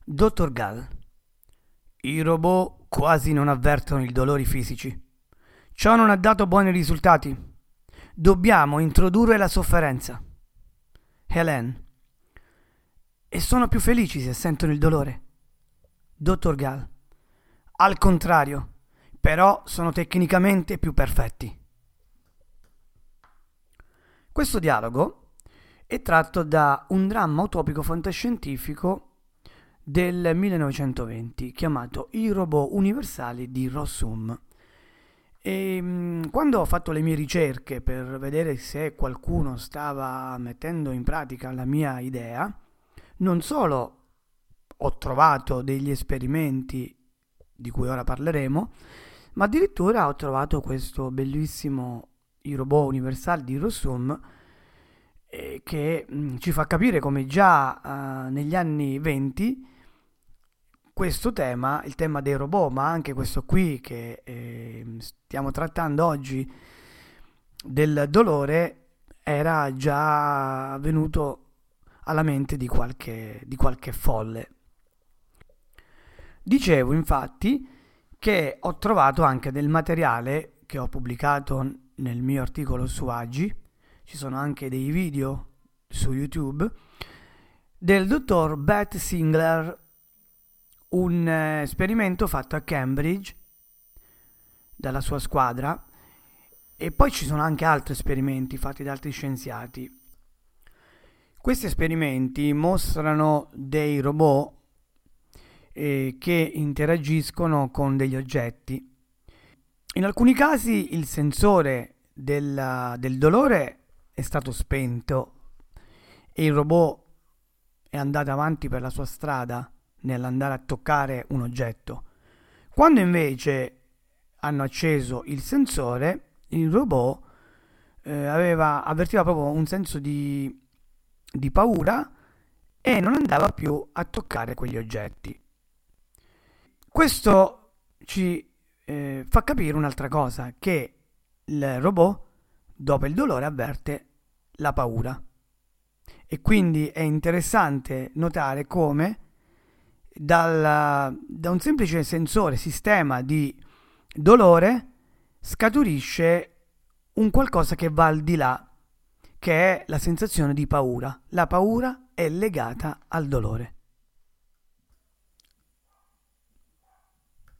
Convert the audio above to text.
Dottor Gall, i robot quasi non avvertono i dolori fisici. Ciò non ha dato buoni risultati. Dobbiamo introdurre la sofferenza. Helen, e sono più felici se sentono il dolore. Dottor Gall, al contrario, però sono tecnicamente più perfetti. Questo dialogo è tratto da un dramma utopico fantascientifico del 1920 chiamato I robot universali di Rossum. Quando ho fatto le mie ricerche per vedere se qualcuno stava mettendo in pratica la mia idea, non solo ho trovato degli esperimenti di cui ora parleremo, ma addirittura ho trovato questo bellissimo I robot universali di Rossum che ci fa capire come già negli anni 20 questo tema, il tema dei robot, ma anche questo qui che stiamo trattando oggi del dolore, era già venuto alla mente di qualche folle. Dicevo infatti che ho trovato anche del materiale che ho pubblicato nel mio articolo su Agi, ci sono anche dei video su YouTube, del dottor Beth Singler, un esperimento fatto a Cambridge dalla sua squadra, e poi ci sono anche altri esperimenti fatti da altri scienziati. Questi esperimenti mostrano dei robot che interagiscono con degli oggetti. In alcuni casi il sensore del dolore è stato spento e il robot è andato avanti per la sua strada nell'andare a toccare un oggetto. Quando invece hanno acceso il sensore, il robot avvertiva proprio un senso di paura e non andava più a toccare quegli oggetti. Questo ci fa capire un'altra cosa, che il robot dopo il dolore avverte la paura, e quindi è interessante notare come da un semplice sensore sistema di dolore scaturisce un qualcosa che va al di là, che è la sensazione di paura. La paura è legata al dolore.